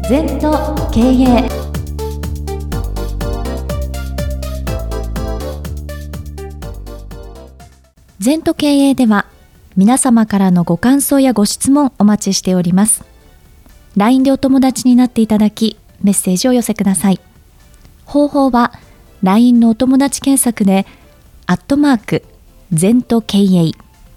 禅と経営。禅と経営では皆様からのご感想やご質問お待ちしております。 LINE でお友達になっていただきメッセージを寄せください。方法は LINE のお友達検索で禅と経営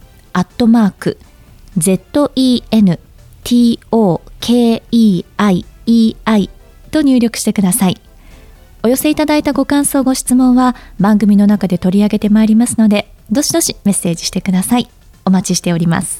ZENTOKEIEI と入力してください。お寄せいただいたご感想ご質問は番組の中で取り上げてまいりますので、どしどしメッセージしてください。お待ちしております。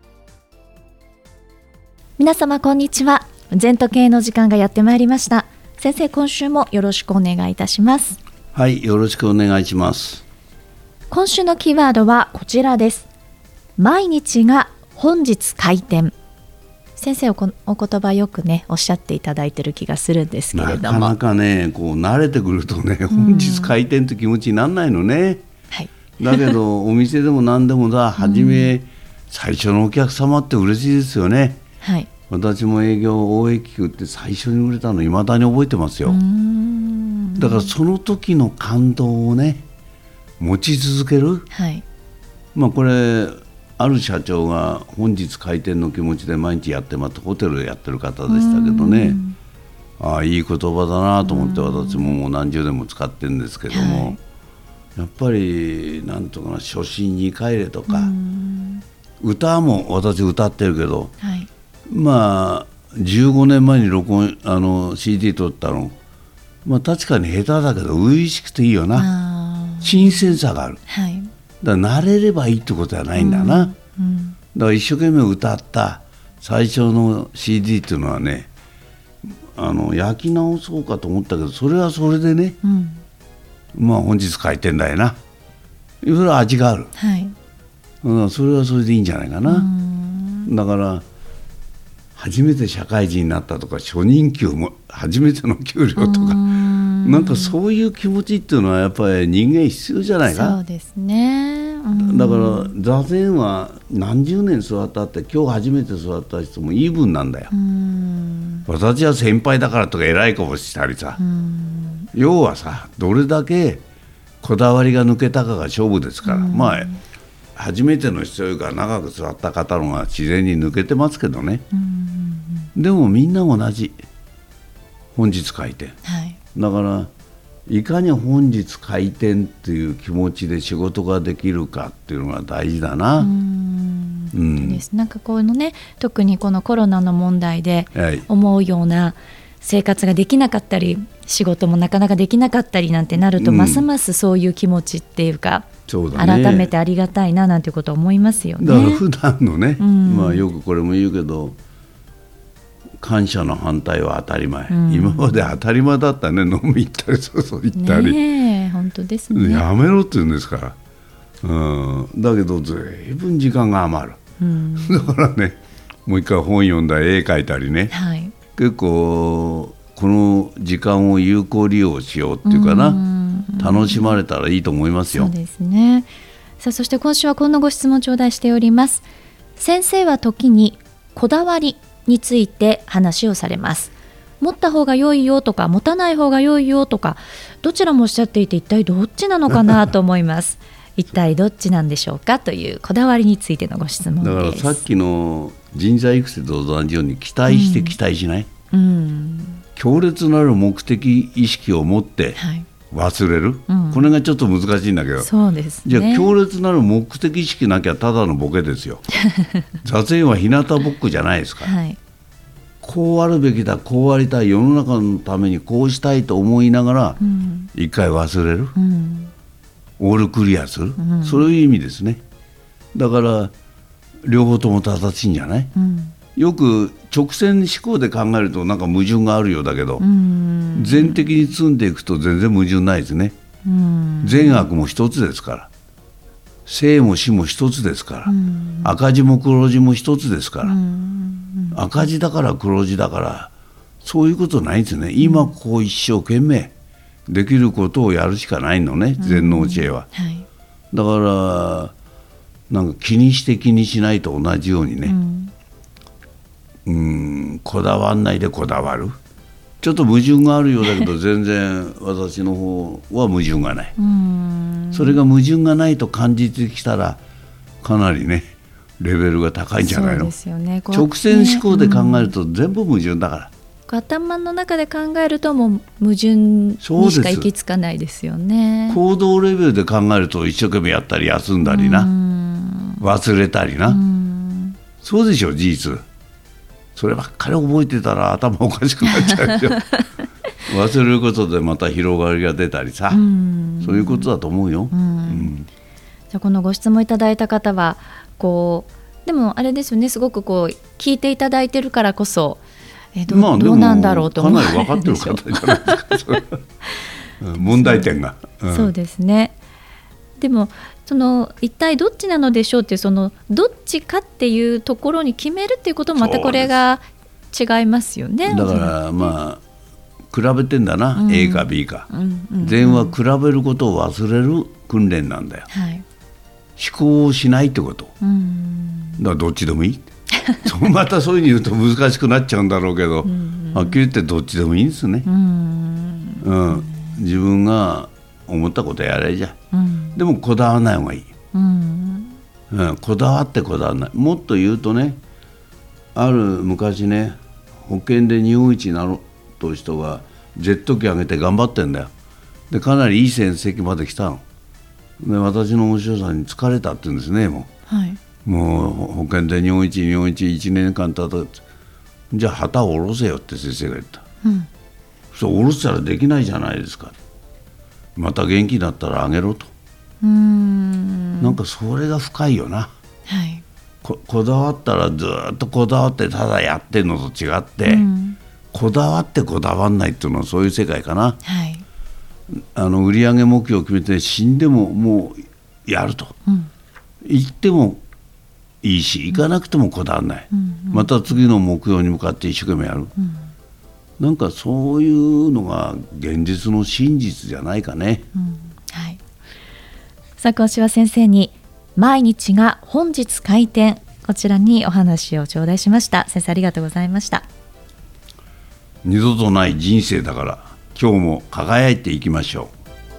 皆様こんにちは。禅と経営の時間がやってまいりました。先生、今週もよろしくお願いいたします。 はい、よろしくお願いします。 今週のキーワードはこちらです。毎日が本日開店。先生、お言葉よくねおっしゃっていただいてる気がするんですけれども、 なかなかねこう慣れてくるとね本日開店って気持ちにならないのね、 はい、 だけどお店でも何でもだ初め、最初のお客様って嬉しいですよね、 はい、 私も営業大きくって最初に売れたの未だに覚えてますよ。だからその時の感動をね持ち続ける、 はい、 これある社長が本日開店の気持ちで毎日やってます、ホテルでやってる方でしたけどね、いい言葉だなと思って私ももう何十年も使ってるんですけども、やっぱりなんとかな初心に帰れとか、歌も私歌ってるけど、 はい、 15年前に録音CD 撮ったの、確かに下手だけど初々しくていいよな、新鮮さがある、はい、だから慣れればいいってことはないんだな、だから一生懸命歌った最初の CD っていうのはね焼き直そうかと思ったけどそれはそれでね、本日開店だよな、それは味がある、はい、それはそれでいいんじゃないかな。だから初めて社会人になったとか初任給も初めての給料とかなんかそういう気持ちっていうのはやっぱり人間必要じゃないか。 そうですね、 だから座禅は何十年座ったって今日初めて座った人もイーブンなんだよ。私は先輩だからとか偉い顔したりさ、要はさどれだけこだわりが抜けたかが勝負ですから、初めての人が長く座った方のが自然に抜けてますけどね、でもみんな同じ本日開店、はい、だからいかに本日開店っていう気持ちで仕事ができるかっていうのが大事だな。 なんかこのね特にこのコロナの問題で思うような生活ができなかったり仕事もなかなかできなかったりなんてなると、ますますそういう気持ちっていうか、そうだね、改めてありがたいななんていうことを思いますよね。 だから普段のね、よくこれも言うけど感謝の反対は当たり前、今まで当たり前だったね、飲み行ったりそう行ったり、 本当ですね、 やめろって言うんですから、だけどずいぶん時間が余る、だからねもう一回本読んだり絵描いたりね、はい、結構この時間を有効利用しようっていうかな、楽しまれたらいいと思いますよ。 そうですね。さあそして今週はこんなご質問頂戴しております。先生は時にこだわりについて話をされます。持った方が良いよとか持たない方が良いよとかどちらもおっしゃっていて一体どっちなのかなと思います一体どっちなんでしょうかというこだわりについてのご質問です。 だからさっきの人材育成と同じように期待して期待しない、強烈なる目的意識を持って忘れる、これがちょっと難しいんだけど、 そうですね、 じゃあ強烈なる目的意識なきゃただのボケですよ座禅は日向ぼっこじゃないですから、はい、こうあるべきだこうありたい世の中のためにこうしたいと思いながら、一回忘れる、オールクリアする、そういう意味ですね。だから両方とも正しいんじゃない、よく直線思考で考えるとなんか矛盾があるようだけど、全的に積んでいくと全然矛盾ないですね。善悪も一つですから、生も死も一つですから、赤字も黒字も一つですから、赤字だから黒字だからそういうことないんですね。今こう一生懸命できることをやるしかないのね、禅の教えは、だからなんか気にして気にしないと同じようにね、 こだわんないでこだわる、ちょっと矛盾があるようだけど全然私の方は矛盾がない。それが矛盾がないと感じてきたらかなりねレベルが高いんじゃないの。 そうですよね。 直線思考で考えると全部矛盾だから、 頭の中で考えるともう矛盾にしか行き着かないですよね。 行動レベルで考えると一生懸命やったり休んだりな、忘れたりな、そうでしょ。事実そればっかり覚えてたら頭おかしくなっちゃうでしょ忘れることでまた広がりが出たりさ、そういうことだと思うよ。 じゃあこのご質問いただいた方はでもあれですよね、すごく聞いていただいてるからこそどうなんだろうと思う。 かなり分かってる方じゃないですか問題点が、 そうですね。でも一体どっちなのでしょうっていうどっちかっていうところに決めるっていうこともまたこれが違いますよね。 だから比べてんだな、A か B か、善は比べることを忘れる訓練なんだよ、思考をしないってこと、だからどっちでもいいまたそういうふうに言うと難しくなっちゃうんだろうけど、はっきり言ってどっちでもいいんですね。自分が思ったことやれじゃ、でもこだわらない方がいい、こだわってこだわらない。もっと言うとね、ある昔ね保険で日本一になろうと人がジェット機上げて頑張ってんだよ。でかなりいい成績まで来たので、私の面白さに疲れたって言うんですね。もう保険で日本一1年間経った。じゃあ旗を下ろせよって先生が言った、そう下ろしたらできないじゃないですか。また元気になったらあげろと。なんかそれが深いよな、こだわったらずっとこだわってただやってるのと違って、こだわってこだわんないっていうのはそういう世界かな、売上目標を決めて死んでももうやると、行ってもいいし行かなくてもこだわんない、また次の目標に向かって一生懸命やる、なんかそういうのが現実の真実じゃないかね。 さあ今週は先生に毎日が本日開店、こちらにお話を頂戴しました。先生ありがとうございました。 二度とない人生だから今日も輝いていきましょ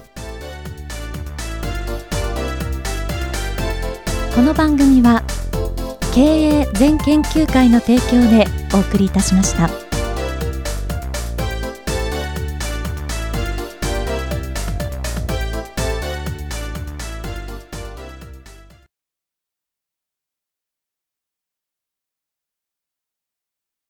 う。この番組は経営全研究会の提供でお送りいたしました。